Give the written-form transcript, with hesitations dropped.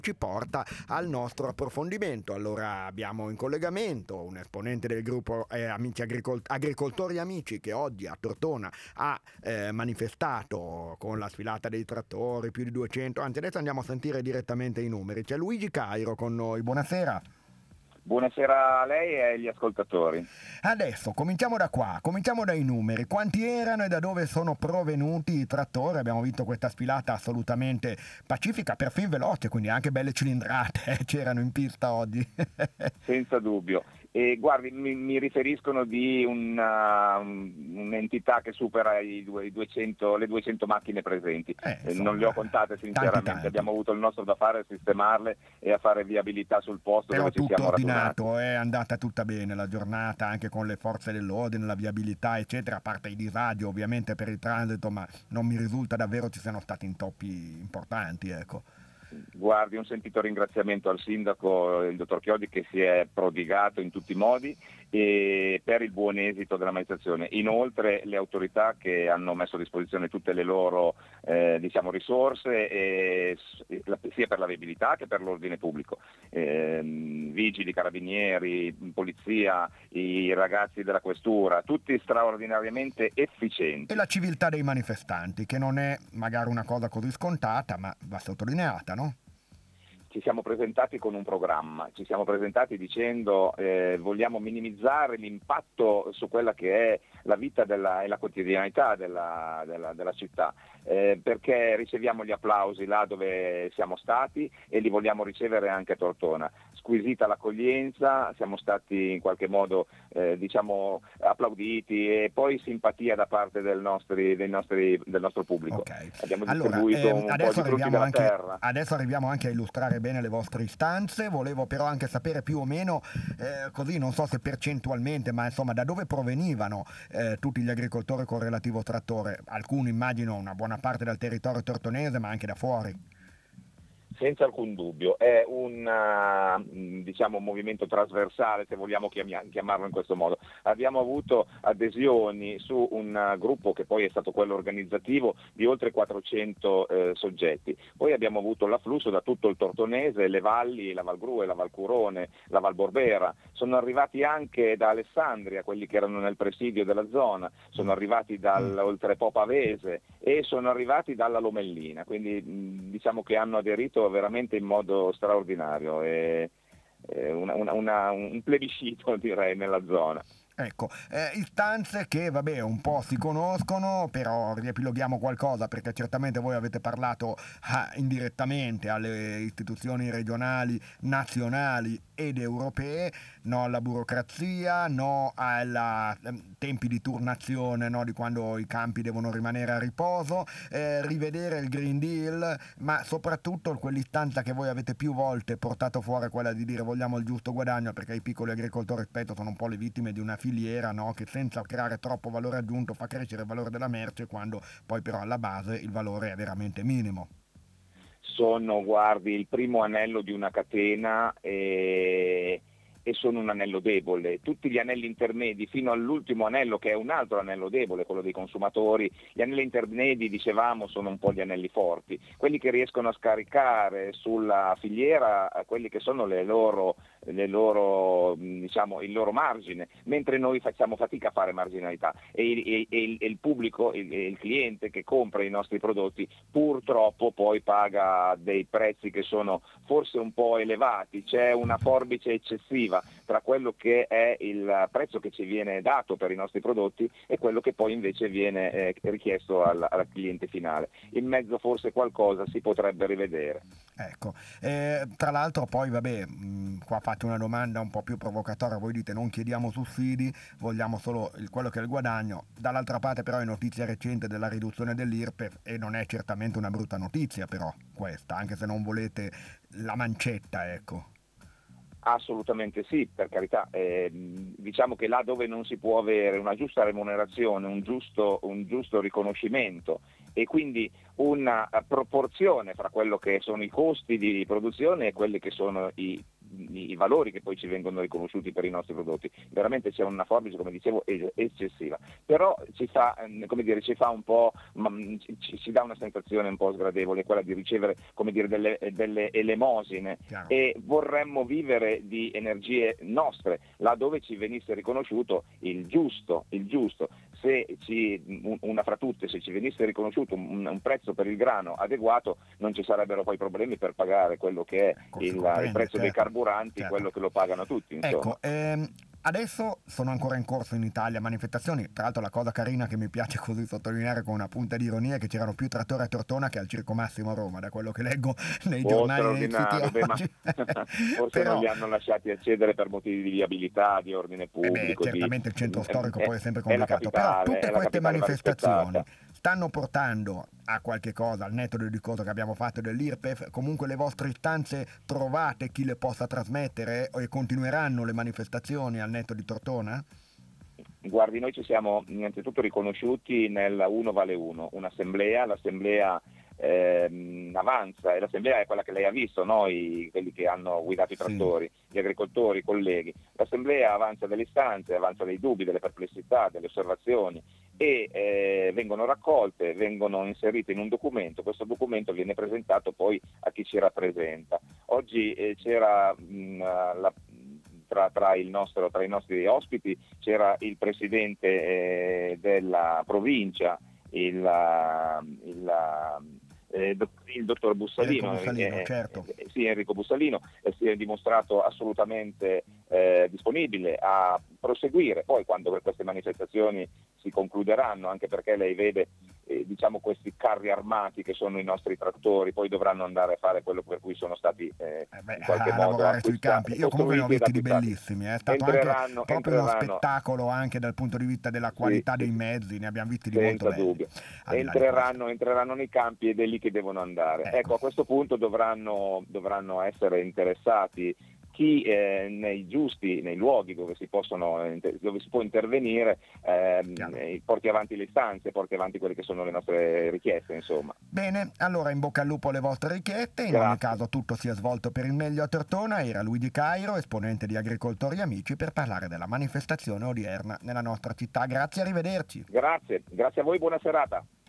ci porta al nostro approfondimento. Allora abbiamo in collegamento un esponente del gruppo Amici Agricoltori Amici, che oggi a Tortona ha manifestato con la sfilata dei trattori, più di 200, anzi adesso andiamo a sentire direttamente i numeri. C'è Luigi Cairo con noi, buonasera. Buonasera a lei e agli ascoltatori. Adesso cominciamo da qua, cominciamo dai numeri. Quanti erano e da dove sono provenuti i trattori? Abbiamo visto questa sfilata assolutamente pacifica, perfino veloce, quindi anche belle cilindrate c'erano in pista oggi. Senza dubbio. E guardi, mi riferiscono di un'entità che supera le 200 macchine presenti. Non le ho contate sinceramente, tanti. abbiamo avuto il nostro da fare a sistemarle e a fare viabilità sul posto. Però dove ci tutto siamo ordinato, radunati. è andata tutta bene la giornata, anche con le forze dell'ordine, la viabilità eccetera, a parte i disagi ovviamente per il transito, ma non mi risulta davvero ci siano stati intoppi importanti, ecco. Guardi, un sentito ringraziamento al sindaco, il dottor Chiodi, che si è prodigato in tutti i modi per il buon esito della manifestazione. Inoltre le autorità che hanno messo a disposizione tutte le loro risorse, sia per la viabilità che per l'ordine pubblico. Vigili, carabinieri, polizia, i ragazzi della questura, tutti straordinariamente efficienti. E la civiltà dei manifestanti, che non è magari una cosa così scontata, ma va sottolineata, no? Ci siamo presentati con un programma, ci siamo presentati dicendo vogliamo minimizzare l'impatto su quella che è la vita e la quotidianità della città, perché riceviamo gli applausi là dove siamo stati e li vogliamo ricevere anche a Tortona. Squisita l'accoglienza, siamo stati in qualche modo applauditi e poi simpatia da parte del nostro pubblico. Okay. Abbiamo Allora, distribuito un po' di frutti della terra. adesso arriviamo anche a illustrare bene le vostre istanze. Volevo però anche sapere più o meno, così non so se percentualmente, ma insomma da dove provenivano tutti gli agricoltori con relativo trattore. Alcuni immagino una buona parte dal territorio tortonese, ma anche da fuori. Senza alcun dubbio, è un movimento trasversale, se vogliamo chiamarlo in questo modo. Abbiamo avuto adesioni su un gruppo che poi è stato quello organizzativo di oltre 400 soggetti. Poi abbiamo avuto l'afflusso da tutto il Tortonese, le valli, la Val Grue, la Val Curone, la Val Borbera. Sono arrivati anche da Alessandria, quelli che erano nel presidio della zona, sono arrivati dall'Oltrepo Pavese e sono arrivati dalla Lomellina, quindi diciamo che hanno aderito veramente in modo straordinario, un plebiscito direi nella zona. Ecco, istanze che vabbè un po' si conoscono, però riepiloghiamo qualcosa perché certamente voi avete parlato indirettamente alle istituzioni regionali, nazionali ed europee, no alla burocrazia, no ai tempi di turnazione, no, di quando i campi devono rimanere a riposo, rivedere il Green Deal, ma soprattutto quell'istanza che voi avete più volte portato fuori, quella di dire vogliamo il giusto guadagno, perché i piccoli agricoltori, ripeto, sono un po' le vittime di una filiera, no, che senza creare troppo valore aggiunto fa crescere il valore della merce quando poi però alla base il valore è veramente minimo. Sono, guardi, il primo anello di una catena e sono un anello debole. Tutti gli anelli intermedi fino all'ultimo anello, che è un altro anello debole, quello dei consumatori, gli anelli intermedi, dicevamo, sono un po' gli anelli forti, quelli che riescono a scaricare sulla filiera quelli che sono il loro margine, mentre noi facciamo fatica a fare marginalità e il pubblico, il cliente che compra i nostri prodotti purtroppo poi paga dei prezzi che sono forse un po' elevati, c'è una forbice eccessiva tra quello che è il prezzo che ci viene dato per i nostri prodotti e quello che poi invece viene richiesto al cliente finale. In mezzo forse qualcosa si potrebbe rivedere. Ecco, tra l'altro poi vabbè, qua fate una domanda un po' più provocatoria, voi dite non chiediamo sussidi, vogliamo solo quello che è il guadagno, dall'altra parte però è notizia recente della riduzione dell'IRPEF e non è certamente una brutta notizia però questa, anche se non volete la mancetta, ecco. Assolutamente sì, per carità, diciamo che là dove non si può avere una giusta remunerazione, un giusto riconoscimento e quindi una proporzione fra quello che sono i costi di produzione e quelli che sono i i valori che poi ci vengono riconosciuti per i nostri prodotti. Veramente c'è una forbice, come dicevo, eccessiva, però ci fa un po', ci dà una sensazione un po' sgradevole, quella di ricevere, come dire, delle elemosine. Chiaro. E vorremmo vivere di energie nostre, laddove ci venisse riconosciuto il giusto. Se una fra tutte, se ci venisse riconosciuto un prezzo per il grano adeguato, non ci sarebbero poi problemi per pagare quello che è il prezzo dei carburanti, certo. Quello che lo pagano tutti, insomma. Ecco, adesso sono ancora in corso in Italia manifestazioni. Tra l'altro la cosa carina che mi piace così sottolineare con una punta di ironia è che c'erano più trattori a Tortona che al Circo Massimo a Roma, da quello che leggo nei giornali e nei siti oggi. Forse Però, non li hanno lasciati accedere per motivi di viabilità, di ordine pubblico. Certamente il centro storico poi è sempre è la complicato, capitale, però tutte queste va manifestazioni rispettata. stanno portando a qualche cosa, al netto del discorso che abbiamo fatto dell'IRPEF. Comunque le vostre istanze trovate chi le possa trasmettere, e continueranno le manifestazioni al netto di Tortona? Guardi, noi ci siamo innanzitutto riconosciuti nel Uno vale uno, l'assemblea avanza, e l'assemblea è quella che lei ha visto, quelli che hanno guidato i trattori, gli agricoltori, i colleghi. L'assemblea avanza delle istanze, avanza dei dubbi, delle perplessità, delle osservazioni, e vengono raccolte, vengono inserite in un documento. Questo documento viene presentato poi a chi ci rappresenta. Oggi c'era tra i nostri ospiti c'era il presidente della provincia, il dottor Bussalino, certo. Sì, Enrico Bussalino, si è dimostrato assolutamente disponibile a proseguire poi quando queste manifestazioni si concluderanno, anche perché lei vede questi carri armati che sono i nostri trattori, poi dovranno andare a fare quello per cui sono stati in qualche modo lavorare sui campi. Io comunque ne ho visti di bellissimi, è stato proprio uno spettacolo anche dal punto di vista della qualità dei mezzi, ne abbiamo visti di molto belli. Dubbio. Entreranno nei campi ed è lì che devono andare. Ecco, a questo punto dovranno essere interessati chi nei luoghi dove si può intervenire, porti avanti le istanze, porti avanti quelle che sono le nostre richieste, insomma. Bene, allora in bocca al lupo alle vostre richieste. In ogni caso tutto si è svolto per il meglio a Tortona. Era Luigi Cairo, esponente di Agricoltori Amici, per parlare della manifestazione odierna nella nostra città. Grazie, arrivederci. Grazie a voi, buona serata.